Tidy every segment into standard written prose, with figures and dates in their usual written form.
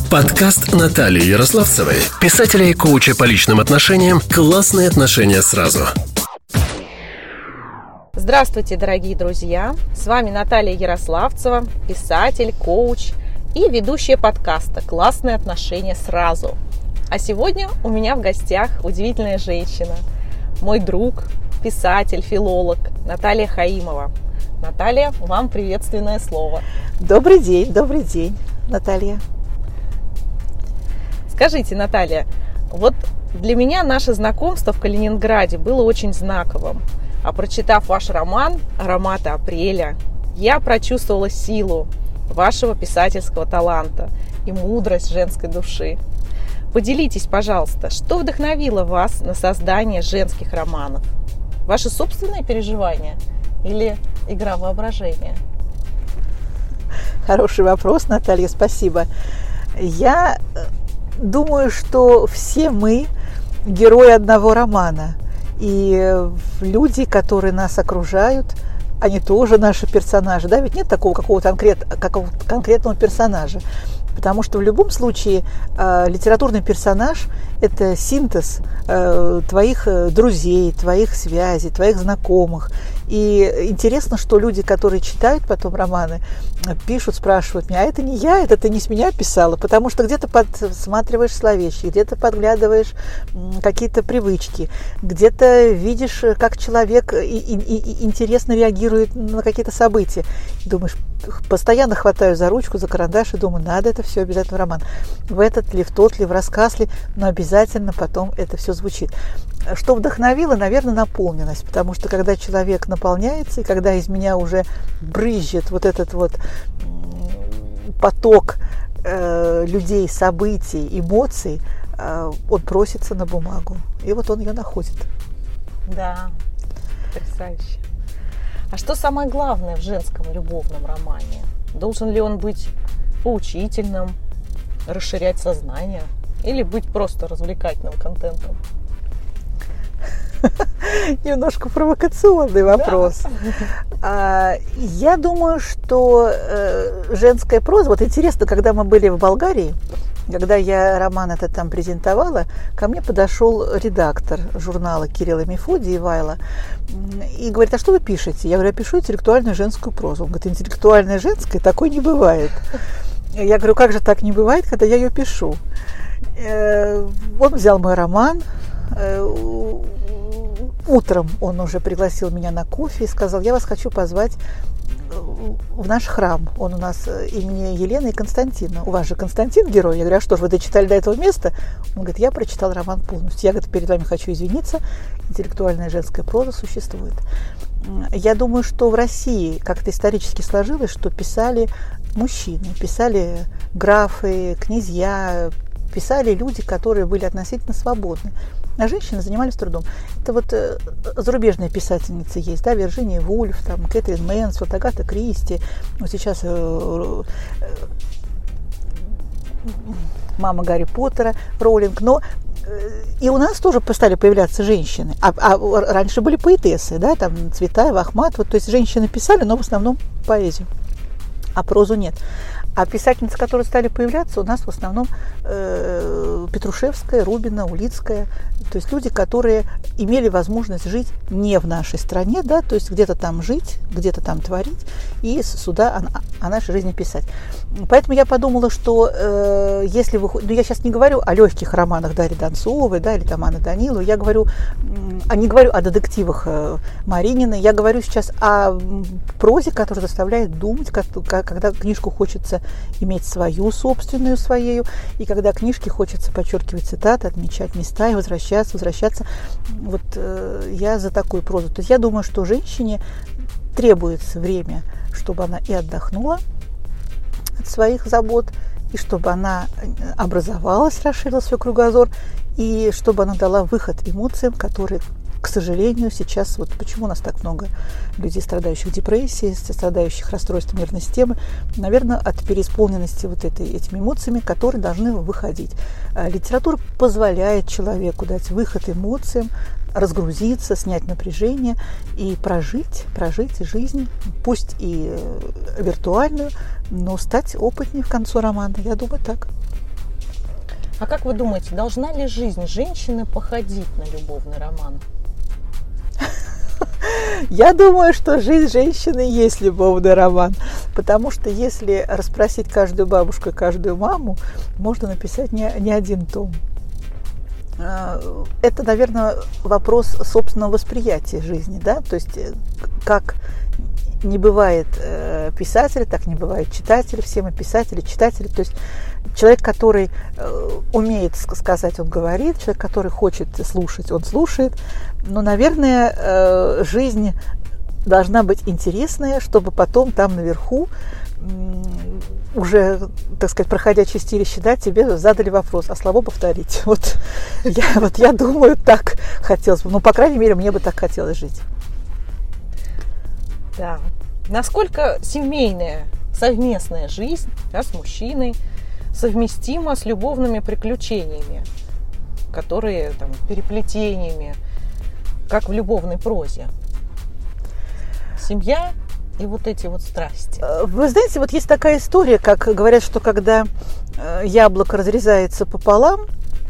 Подкаст Натальи Ярославцевой, писателя и коуча по личным отношениям «Классные отношения сразу». Здравствуйте, дорогие друзья! С вами Наталья Ярославцева, писатель, коуч и ведущая подкаста «Классные отношения сразу». А сегодня у меня в гостях удивительная женщина, мой друг, писатель, филолог Наталья Хаимова. Наталья, вам приветственное слово. Добрый день, Наталья. Скажите, Наталья, вот для меня наше знакомство в Калининграде было очень знаковым. А прочитав ваш роман «Ароматы апреля», я прочувствовала силу вашего писательского таланта и мудрость женской души. Поделитесь, пожалуйста, что вдохновило вас на создание женских романов? Ваши собственные переживания или игра воображения? Хороший вопрос, Наталья, спасибо. Я думаю, что все мы герои одного романа. И люди, которые нас окружают, они тоже наши персонажи. Да? Ведь нет такого какого-то конкретного персонажа. Потому что в любом случае литературный персонаж – это синтез твоих друзей, твоих связей, твоих знакомых. И интересно, что люди, которые читают потом романы, пишут, спрашивают меня, а это не я, это ты не с меня писала, потому что где-то подсматриваешь словечки, где-то подглядываешь какие-то привычки, где-то видишь, как человек интересно реагирует на какие-то события. И думаешь, постоянно хватаю за ручку, за карандаш и думаю, надо это все обязательно в роман. В этот ли, в тот ли, в рассказ ли, но обязательно потом это все звучит. Что вдохновило, наверное, наполненность, потому что когда человек наполняется, и когда из меня уже брызжет вот этот вот поток людей, событий, эмоций, он просится на бумагу. И вот он ее находит. Да, потрясающе. А что самое главное в женском любовном романе? Должен ли он быть поучительным, расширять сознание или быть просто развлекательным контентом? Немножко провокационный вопрос. Да. Я думаю, что женская проза... Вот интересно, когда мы были в Болгарии, когда я роман этот там презентовала, ко мне подошел редактор журнала Кирилл и Мефодий Ивайло и говорит, а что вы пишете? Я говорю, я пишу интеллектуальную женскую прозу. Он говорит, интеллектуальная женская? Такой не бывает. Я говорю, как же так не бывает, когда я ее пишу? Он взял мой роман. Утром он уже пригласил меня на кофе и сказал, я вас хочу позвать в наш храм. Он у нас имени Елены и Константина. У вас же Константин герой. Я говорю, а что ж, вы дочитали до этого места? Он говорит, я прочитал роман полностью. Я, говорит, перед вами хочу извиниться. Интеллектуальная женская проза существует. Я думаю, что в России как-то исторически сложилось, что писали мужчины, писали графы, князья, писали люди, которые были относительно свободны. А женщины занимались трудом. Это вот зарубежные писательницы есть, да, Вирджиния Вульф, там, Кэтрин Мэнсфилд, Агата Кристи. Вот сейчас мама Гарри Поттера, Роулинг. Но и у нас тоже стали появляться женщины. А раньше были поэтессы, да, там Цветаева, Ахматова. То есть женщины писали, но в основном поэзию. А прозу нет. А писательницы, которые стали появляться, у нас в основном Петрушевская, Рубина, Улицкая. То есть люди, которые имели возможность жить не в нашей стране, да, то есть где-то там жить, где-то там творить и сюда о нашей жизни писать. Поэтому я подумала, что если вы... Ну, я сейчас не говорю о легких романах Дарьи Донцовой, да, или там Анны Даниловой, я говорю, не говорю о детективах Марининой, я говорю сейчас о прозе, которая заставляет думать, когда книжку хочется иметь свою собственную, своею, и когда книжке хочется подчеркивать цитаты, отмечать места и возвращаться. Вот я за такую прозу. То есть я думаю, что женщине требуется время, чтобы она и отдохнула от своих забот, и чтобы она образовалась, расширила свой кругозор, и чтобы она дала выход эмоциям, которые к сожалению, сейчас вот почему у нас так много людей, страдающих депрессией, страдающих расстройством нервной системы, наверное, от переисполненности вот этими эмоциями, которые должны выходить. Литература позволяет человеку дать выход эмоциям, разгрузиться, снять напряжение и прожить жизнь, пусть и виртуальную, но стать опытнее в конце романа. Я думаю, так. А как вы думаете, должна ли жизнь женщины походить на любовный роман? Я думаю, что жизнь женщины есть любовный роман, потому что если расспросить каждую бабушку и каждую маму, можно написать не один том. Это, наверное, вопрос собственного восприятия жизни, да, то есть как не бывает писателя, так не бывает читателя, все мы писатели, читатели, то есть человек, который умеет сказать, он говорит, человек, который хочет слушать, он слушает, но, наверное, жизнь должна быть интересная, чтобы потом там наверху уже, так сказать, проходя чистилище, да, тебе задали вопрос, а слова повторить. Вот я думаю, так хотелось бы. Ну, по крайней мере, мне бы так хотелось жить. Да. Насколько семейная, совместная жизнь, да, с мужчиной совместима с любовными приключениями, которые там переплетениями, как в любовной прозе? Семья и вот эти вот страсти. Вы знаете, вот есть такая история, как говорят, что когда яблоко разрезается пополам,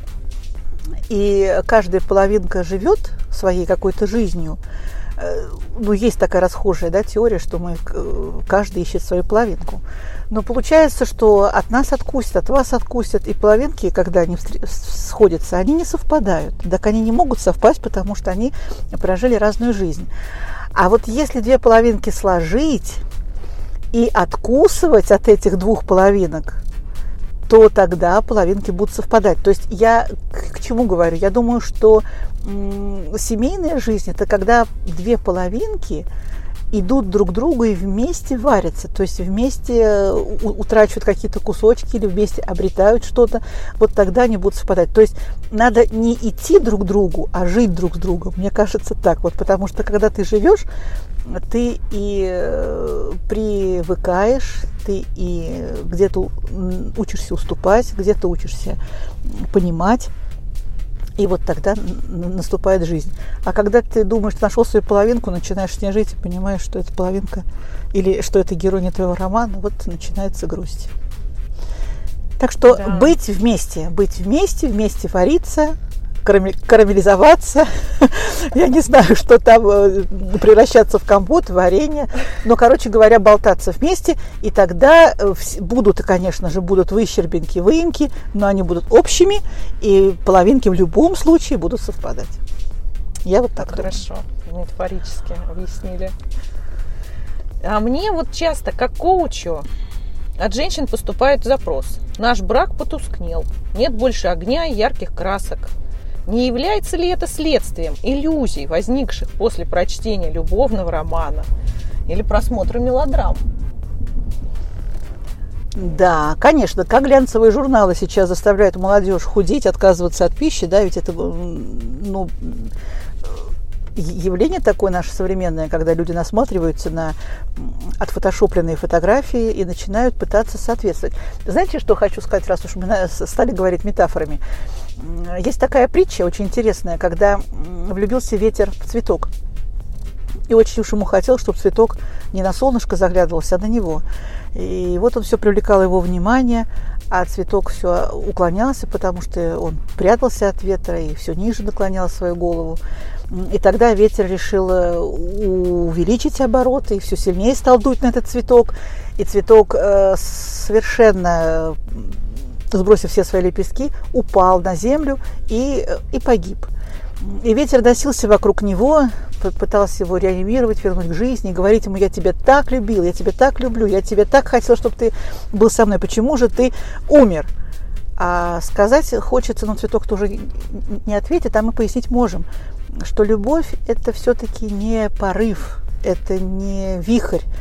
и каждая половинка живет своей какой-то жизнью, ну, есть такая расхожая, да, теория, что каждый ищет свою половинку. Но получается, что от нас откусят, от вас откусят, и половинки, когда они сходятся, они не совпадают. Так они не могут совпасть, потому что они прожили разную жизнь. А вот если две половинки сложить и откусывать от этих двух половинок, то тогда половинки будут совпадать. То есть я к чему говорю? Я думаю, что семейная жизнь – это когда две половинки идут друг к другу и вместе варятся, то есть вместе утрачивают какие-то кусочки или вместе обретают что-то, вот тогда они будут совпадать. То есть надо не идти друг к другу, а жить друг с другом. Мне кажется так, вот, потому что когда ты живешь, ты и привыкаешь, ты и где-то учишься уступать, где-то учишься понимать. И вот тогда наступает жизнь. А когда ты думаешь, ты нашел свою половинку, начинаешь с ней жить и понимаешь, что это половинка или что это герой не твоего романа, вот начинается грусть. Так что да. быть вместе вариться, карамелизоваться, я не знаю, что там, превращаться в компот, в варенье, но, короче говоря, болтаться вместе, и тогда будут выщербинки, выемки, но они будут общими, и половинки в любом случае будут совпадать. Я вот так думаю. Хорошо, метафорически объяснили. А мне вот часто, как коучу, от женщин поступает запрос. Наш брак потускнел, нет больше огня и ярких красок. Не является ли это следствием иллюзий, возникших после прочтения любовного романа или просмотра мелодрам? Да, конечно, как глянцевые журналы сейчас заставляют молодежь худеть, отказываться от пищи, да, ведь это, ну, явление такое наше современное, когда люди насматриваются на отфотошопленные фотографии и начинают пытаться соответствовать. Знаете, что хочу сказать, раз уж мы стали говорить метафорами? Есть такая притча очень интересная, когда влюбился ветер в цветок. И очень уж ему хотелось, чтобы цветок не на солнышко заглядывался, а на него. И вот он все привлекал его внимание, а цветок все уклонялся, потому что он прятался от ветра и все ниже наклонял свою голову. И тогда ветер решил увеличить обороты и все сильнее стал дуть на этот цветок. И цветок, совершенно сбросив все свои лепестки, упал на землю и погиб. И ветер носился вокруг него, пытался его реанимировать, вернуть к жизни, говорить ему: я тебя так любил, я тебя так люблю, я тебя так хотел, чтобы ты был со мной, почему же ты умер? А сказать хочется, но цветок тоже не ответит, а мы пояснить можем, что любовь – это все-таки не порыв, это не вихрь,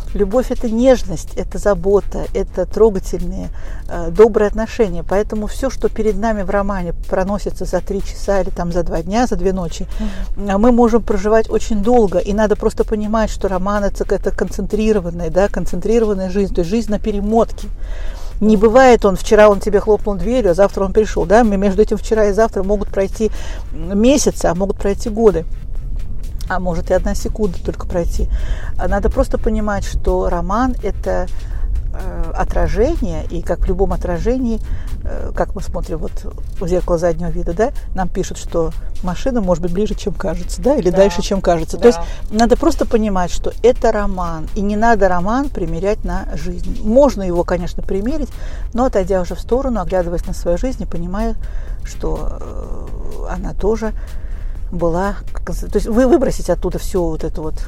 Любовь – это нежность, это забота, это трогательные, добрые отношения. Поэтому все, что перед нами в романе проносится за 3 часа или там за 2 дня, за 2 ночи, мы можем проживать очень долго. И надо просто понимать, что роман – это концентрированная, да, концентрированная жизнь, то есть жизнь на перемотке. Не бывает вчера он тебе хлопнул дверью, а завтра он пришел. Да? Между этим вчера и завтра могут пройти месяцы, а могут пройти годы. А может и 1 секунда только пройти. Надо просто понимать, что роман – это отражение, и как в любом отражении, как мы смотрим вот в зеркало заднего вида, да, нам пишут, что машина может быть ближе, чем кажется, да, или дальше, чем кажется. Да. То есть надо просто понимать, что это роман, и не надо роман примерять на жизнь. Можно его, конечно, примерить, но отойдя уже в сторону, оглядываясь на свою жизнь и понимая, что она тоже была, то есть вы выбросите оттуда всю вот эту вот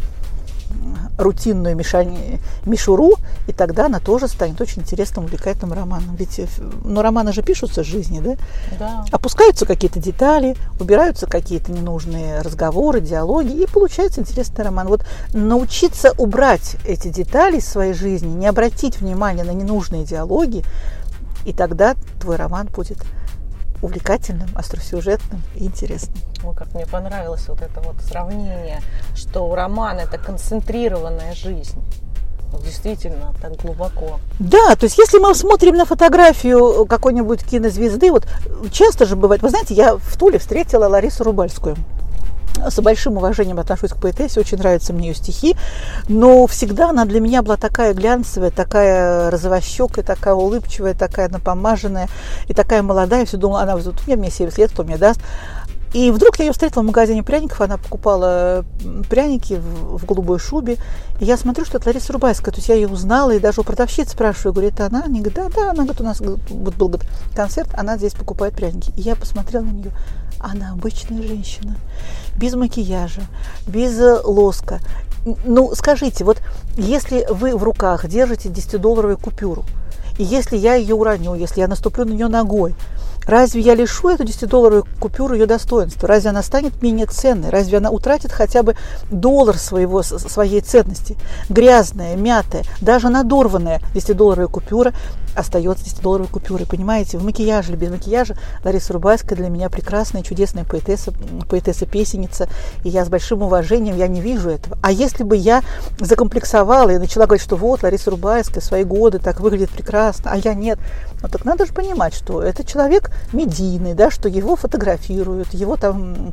рутинную мишуру, и тогда она тоже станет очень интересным, увлекательным романом. Ведь романы же пишутся с жизни, да? Да. Опускаются какие-то детали, убираются какие-то ненужные разговоры, диалоги, и получается интересный роман. Вот научиться убрать эти детали из своей жизни, не обратить внимания на ненужные диалоги, и тогда твой роман будет увлекательным, остросюжетным и интересным. Ой, как мне понравилось вот это вот сравнение, что роман – это концентрированная жизнь. Действительно, так глубоко. Да, то есть если мы смотрим на фотографию какой-нибудь кинозвезды, вот часто же бывает, вы знаете, я в Туле встретила Ларису Рубальскую. С большим уважением отношусь к поэтессе, очень нравятся мне ее стихи, но всегда она для меня была такая глянцевая, такая розовощекая, такая улыбчивая, такая напомаженная и такая молодая. Я все думала, она вот мне 70 лет, кто мне даст. И вдруг я ее встретила в магазине пряников, она покупала пряники в голубой шубе, и я смотрю, что это Лариса Рубальская, то есть я ее узнала, и даже у продавщицы спрашиваю, говорю, это она? Они говорят, да, она говорит, у нас вот был концерт, она здесь покупает пряники. И я посмотрела на нее, она обычная женщина, без макияжа, без лоска. Ну, скажите, вот если вы в руках держите 10-долларовую купюру, и если я ее уроню, если я наступлю на нее ногой, разве я лишу эту 10-долларовую купюру ее достоинства? Разве она станет менее ценной? Разве она утратит хотя бы доллар своей ценности? Грязная, мятая, даже надорванная 10-долларовая купюра остается 10-долларовой купюрой. Понимаете, в макияже или без макияжа Лариса Рубальская для меня прекрасная, чудесная поэтесса-песенница. И я с большим уважением, я не вижу этого. А если бы я закомплексовала и начала говорить, что вот Лариса Рубальская в свои годы так выглядит прекрасно, а я нет. Ну так надо же понимать, что это человек медийный, да, что его фотографируют, его там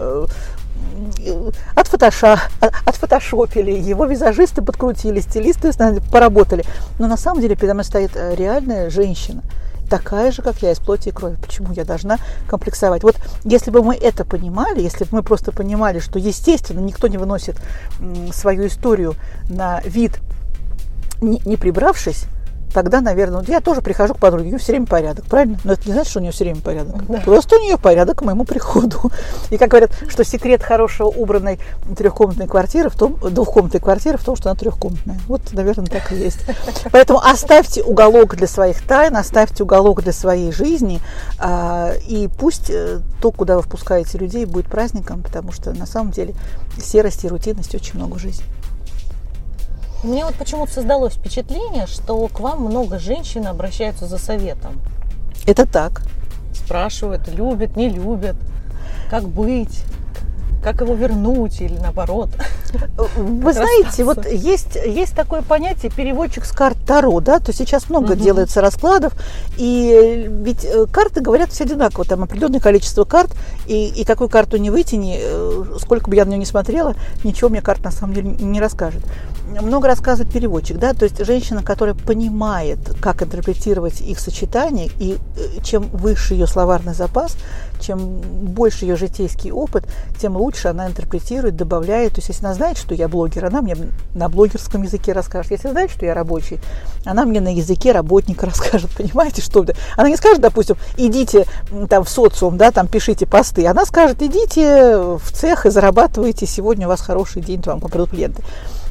отфотошопили, его визажисты подкрутили, стилисты поработали. Но на самом деле передо мной стоит реальная женщина, такая же, как я, из плоти и крови. Почему я должна комплексовать? Вот если бы мы это понимали, если бы мы просто понимали, что, естественно, никто не выносит свою историю на вид, не прибравшись, тогда, наверное, вот я тоже прихожу к подруге, у нее все время порядок, правильно? Но это не значит, что у нее все время порядок. Да. Просто у нее порядок к моему приходу. И как говорят, что секрет хорошего убранной двухкомнатной квартиры в том, что она трехкомнатная. Вот, наверное, так и есть. Поэтому оставьте уголок для своих тайн, оставьте уголок для своей жизни, и пусть то, куда вы впускаете людей, будет праздником, потому что на самом деле серости и рутинности очень много в жизни. Мне вот почему-то создалось впечатление, что к вам много женщин обращаются за советом. Это так. Спрашивают, любят, не любят, как быть, как его вернуть или наоборот. Вы знаете, вот есть такое понятие переводчик с карт Таро, да, то сейчас много делается раскладов, и ведь карты говорят все одинаково, там определенное количество карт, и какую карту не вытяни, сколько бы я на нее не смотрела, ничего мне карта на самом деле не расскажет. Много рассказывает переводчик, да, то есть женщина, которая понимает, как интерпретировать их сочетание, и чем выше ее словарный запас, чем больше ее житейский опыт, тем лучше она интерпретирует, добавляет. То есть, если она знает, что я блогер, она мне на блогерском языке расскажет. Если знает, что я рабочий, она мне на языке работника расскажет. Понимаете, что это? Она не скажет, допустим, идите там в социум, да, там пишите посты. Она скажет, идите в цех и зарабатывайте, сегодня у вас хороший день, вам попадут клиенты.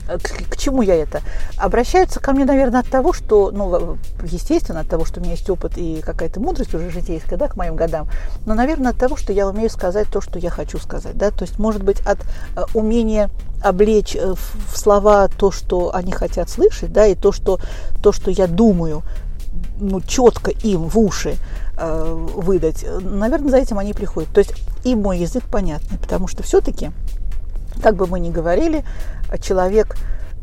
К чему я это? Обращаются ко мне, наверное, от того, что, ну, естественно, от того, что у меня есть опыт и какая-то мудрость уже житейская, да, к моим годам, но, наверное, от того, что я умею сказать то, что я хочу сказать, да, то есть, может быть, от умения облечь в слова то, что они хотят слышать, да, и то, что я думаю, ну, четко им в уши выдать, наверное, за этим они и приходят. То есть им мой язык понятный, потому что все-таки, как бы мы ни говорили, человек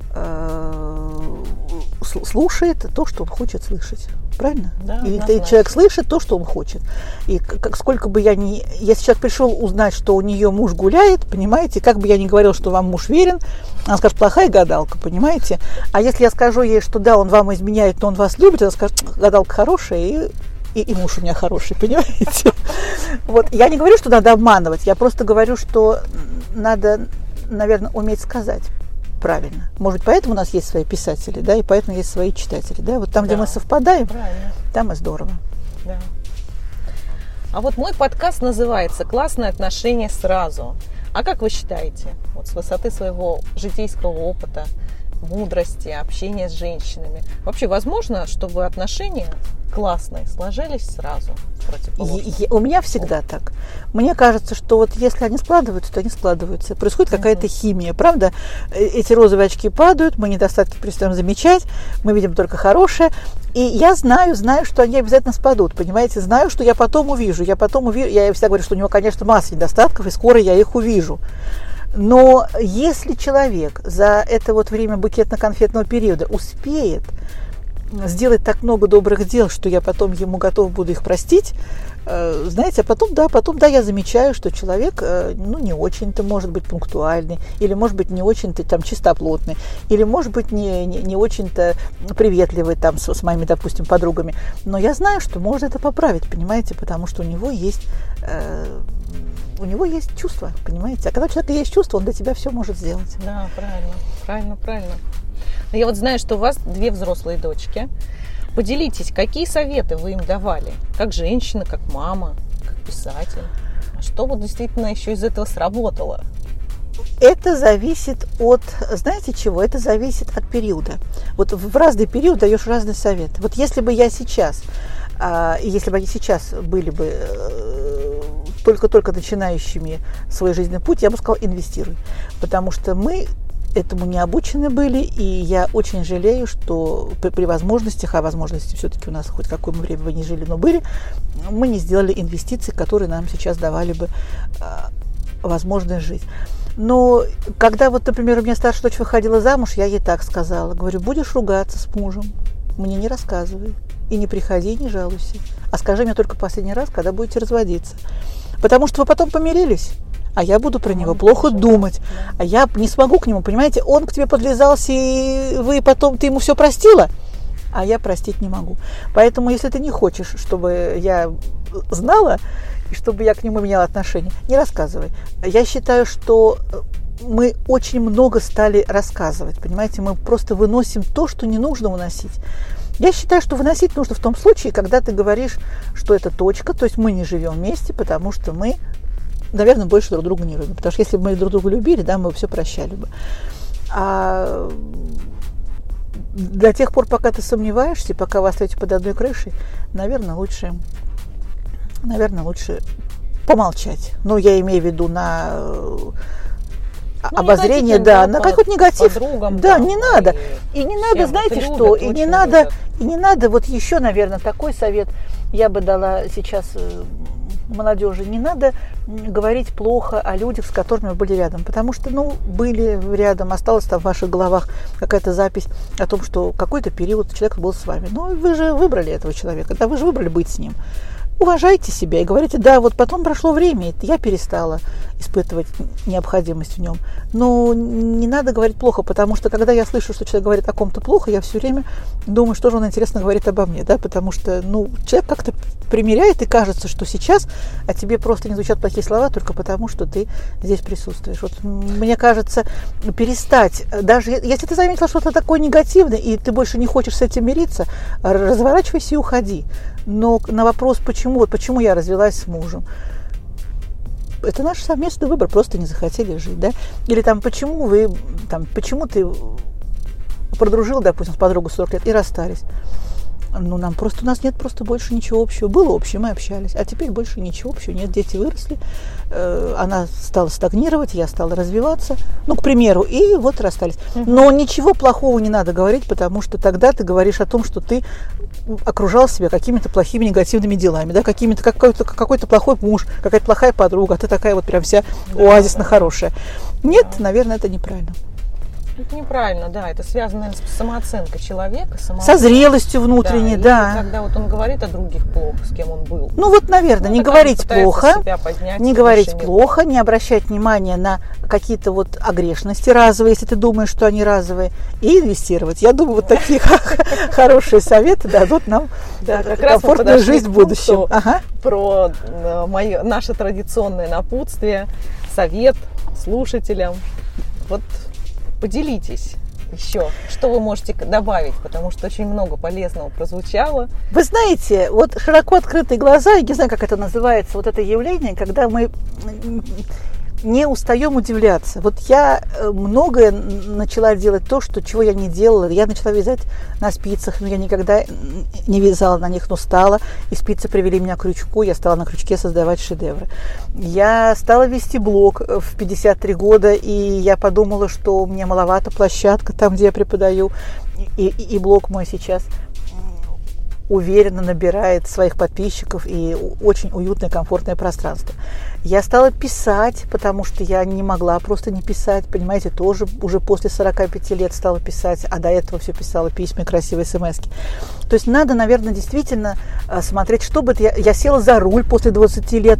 слушает то, что он хочет слышать. Правильно? Да, или человек слышит то, что он хочет. И сколько бы если человек пришел узнать, что у нее муж гуляет, понимаете, как бы я ни говорил, что вам муж верен, она скажет, плохая гадалка, понимаете. А если я скажу ей, что да, он вам изменяет, но он вас любит, она скажет, гадалка хорошая, и муж у меня хороший, понимаете. Вот. Я не говорю, что надо обманывать, я просто говорю, что надо, наверное, уметь сказать правильно. Может быть, поэтому у нас есть свои писатели, да, и поэтому есть свои читатели, да. Вот там, где мы совпадаем, правильно, там и здорово. Да. А вот мой подкаст называется «Классные отношения сразу». А как вы считаете, вот с высоты своего житейского опыта, мудрости, общения с женщинами, вообще возможно, чтобы отношения классные сложились сразу? У меня всегда так. Мне кажется, что вот если они складываются, то они складываются. Происходит какая-то химия, правда? Эти розовые очки падают, мы недостатки перестаем замечать, мы видим только хорошее. И я знаю, что они обязательно спадут, понимаете? Знаю, что я потом увижу. Я всегда говорю, что у него, конечно, масса недостатков, и скоро я их увижу. Но если человек за это вот время букетно-конфетного периода успеет сделать так много добрых дел, что я потом ему готов буду их простить, знаете, а потом я замечаю, что человек, ну, не очень-то может быть пунктуальный, или, может быть, не очень-то там чистоплотный, или, может быть, не очень-то приветливый там с моими, допустим, подругами. Но я знаю, что можно это поправить, понимаете, потому что у него есть чувства, понимаете. А когда у человека есть чувства, он для тебя все может сделать. Да, правильно. Я вот знаю, что у вас 2 взрослые дочки. Поделитесь, какие советы вы им давали? Как женщина, как мама, как писатель? А что вот действительно еще из этого сработало? Это зависит от, знаете чего? Это зависит от периода. Вот в разный период даешь разный совет. Вот если бы они сейчас были бы только-только начинающими свой жизненный путь, я бы сказала, инвестируй. Потому что мы этому не обучены были, и я очень жалею, что при возможностях, а возможности все-таки у нас хоть какое-то время мы не жили, но были, мы не сделали инвестиции, которые нам сейчас давали бы возможность жить. Но когда вот, например, у меня старшая дочь выходила замуж, я ей так сказала, говорю, будешь ругаться с мужем, мне не рассказывай, и не приходи, и не жалуйся, а скажи мне только последний раз, когда будете разводиться, потому что вы потом помирились. А я буду про него плохо думать. А я не смогу к нему, понимаете? Он к тебе подлизался, и ты ему все простила, а я простить не могу. Поэтому, если ты не хочешь, чтобы я знала, и чтобы я к нему меняла отношения, не рассказывай. Я считаю, что мы очень много стали рассказывать, понимаете? Мы просто выносим то, что не нужно выносить. Я считаю, что выносить нужно в том случае, когда ты говоришь, что это точка, то есть мы не живем вместе, потому что мы, наверное, больше друг друга не любим. Потому что если бы мы друг друга любили, да, мы бы все прощали бы. А до тех пор, пока ты сомневаешься, пока вы остаетесь под одной крышей, наверное, лучше помолчать. Ну, я имею в виду на обозрение, да, на какой-то негатив. Подругам, да, не надо. И не надо, знаете что, и не надо, вот еще, наверное, такой совет я бы дала сейчас молодежи. Не надо говорить плохо о людях, с которыми вы были рядом. Потому что, были рядом, осталась там в ваших головах какая-то запись о том, что какой-то период человек был с вами. Но вы же выбрали этого человека, да, вы же выбрали быть с ним. Уважайте себя и говорите, да, вот потом прошло время, и я перестала испытывать необходимость в нем. Но не надо говорить плохо, потому что, когда я слышу, что человек говорит о ком-то плохо, я все время думаю, что же он интересно говорит обо мне, да, потому что, человек как-то примеряет, и кажется, что сейчас о тебе просто не звучат плохие слова только потому, что ты здесь присутствуешь. Вот мне кажется, перестать, даже если ты заметила что-то такое негативное, и ты больше не хочешь с этим мириться, разворачивайся и уходи. Но на вопрос, почему я развелась с мужем, это наш совместный выбор, просто не захотели жить, да? Или почему ты продружил, допустим, с подругой 40 лет и расстались. Ну, у нас нет просто больше ничего общего. Было общее, мы общались, а теперь больше ничего общего нет. Дети выросли, она стала стагнировать, я стала развиваться, ну, к примеру, и вот расстались. Но ничего плохого не надо говорить, потому что тогда ты говоришь о том, что ты окружал себя какими-то плохими негативными делами, да, какой-то плохой муж, какая-то плохая подруга, а ты такая вот прям вся оазисно хорошая. Нет, наверное, это неправильно. Это неправильно, да, это связано, наверное, с самооценкой человека. Со зрелостью внутренней, да. Когда вот он говорит о других плохо, с кем он был. Ну вот, наверное, не говорить плохо, не обращать внимания на какие-то вот огрешности разовые, если ты думаешь, что они разовые, и инвестировать. Я думаю, вот такие хорошие советы дадут нам комфортную жизнь в будущем. Про наше традиционное напутствие, совет слушателям. Вот поделитесь еще, что вы можете добавить, потому что очень много полезного прозвучало. Вы знаете, вот широко открытые глаза, я не знаю, как это называется, вот это явление, когда мы не устаем удивляться. Вот я многое начала делать то, чего я не делала. Я начала вязать на спицах, но я никогда не вязала на них, но стала. И спицы привели меня к крючку, я стала на крючке создавать шедевры. Я стала вести блог в 53 года, и я подумала, что мне маловато площадка там, где я преподаю. И блог мой сейчас уверенно набирает своих подписчиков и очень уютное, комфортное пространство. Я стала писать, потому что я не могла просто не писать, понимаете, тоже уже после 45 лет стала писать, а до этого все писала письма, красивые смски. То есть надо, наверное, действительно смотреть, чтобы я села за руль после 20 лет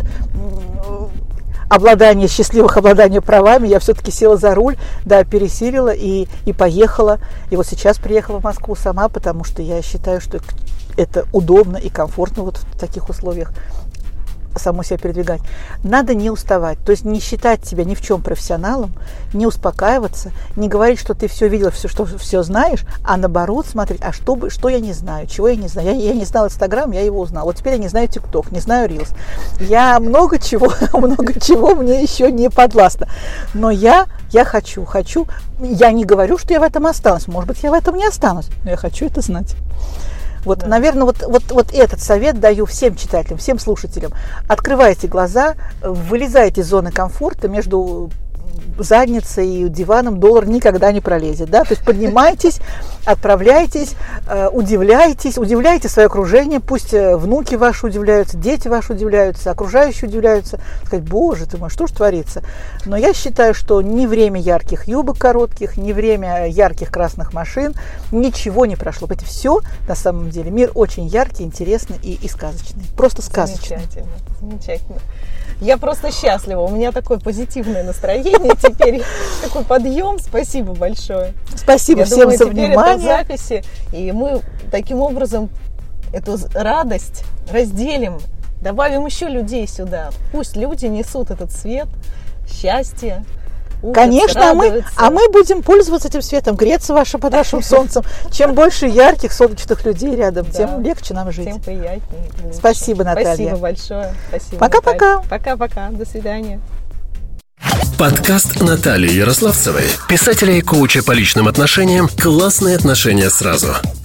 счастливых обладания правами, я все-таки села за руль, да, пересилила и поехала. И вот сейчас приехала в Москву сама, потому что я считаю, что это удобно и комфортно вот в таких условиях саму себя передвигать. Надо не уставать, то есть не считать себя ни в чем профессионалом, не успокаиваться, не говорить, что ты все видел, все знаешь, а наоборот смотреть, что я не знаю, чего я не знаю. Я не знала Инстаграм, я его узнала. Вот теперь я не знаю ТикТок, не знаю Рилс. Я много чего мне еще не подвластно. Но я хочу. Я не говорю, что я в этом останусь. Может быть, я в этом не останусь, но я хочу это знать. Вот, да. Наверное, вот этот совет даю всем читателям, всем слушателям. Открывайте глаза, вылезайте из зоны комфорта, между задницей и диваном доллар никогда не пролезет. Да? То есть поднимайтесь, отправляйтесь, удивляйте свое окружение, пусть внуки ваши удивляются, дети ваши удивляются, окружающие удивляются. Сказать, боже ты мой, что ж творится? Но я считаю, что ни время ярких юбок коротких, ни время ярких красных машин, ничего не прошло. Это все, на самом деле, мир очень яркий, интересный и сказочный. Просто сказочный. Замечательно. Я просто счастлива. У меня такое позитивное настроение теперь, такой подъем. Спасибо большое. Спасибо всем за внимание. Это записи, и мы таким образом эту радость разделим, добавим еще людей сюда. Пусть люди несут этот свет, счастье. Конечно, а мы будем пользоваться этим светом, греться под вашим солнцем. Чем больше ярких, солнечных людей рядом, тем легче нам жить. Тем приятнее. Спасибо, Наталья. Спасибо большое. Спасибо, пока-пока. Пока-пока. До свидания. Подкаст Натальи Ярославцевой, писателя и коуча по личным отношениям «Классные отношения сразу».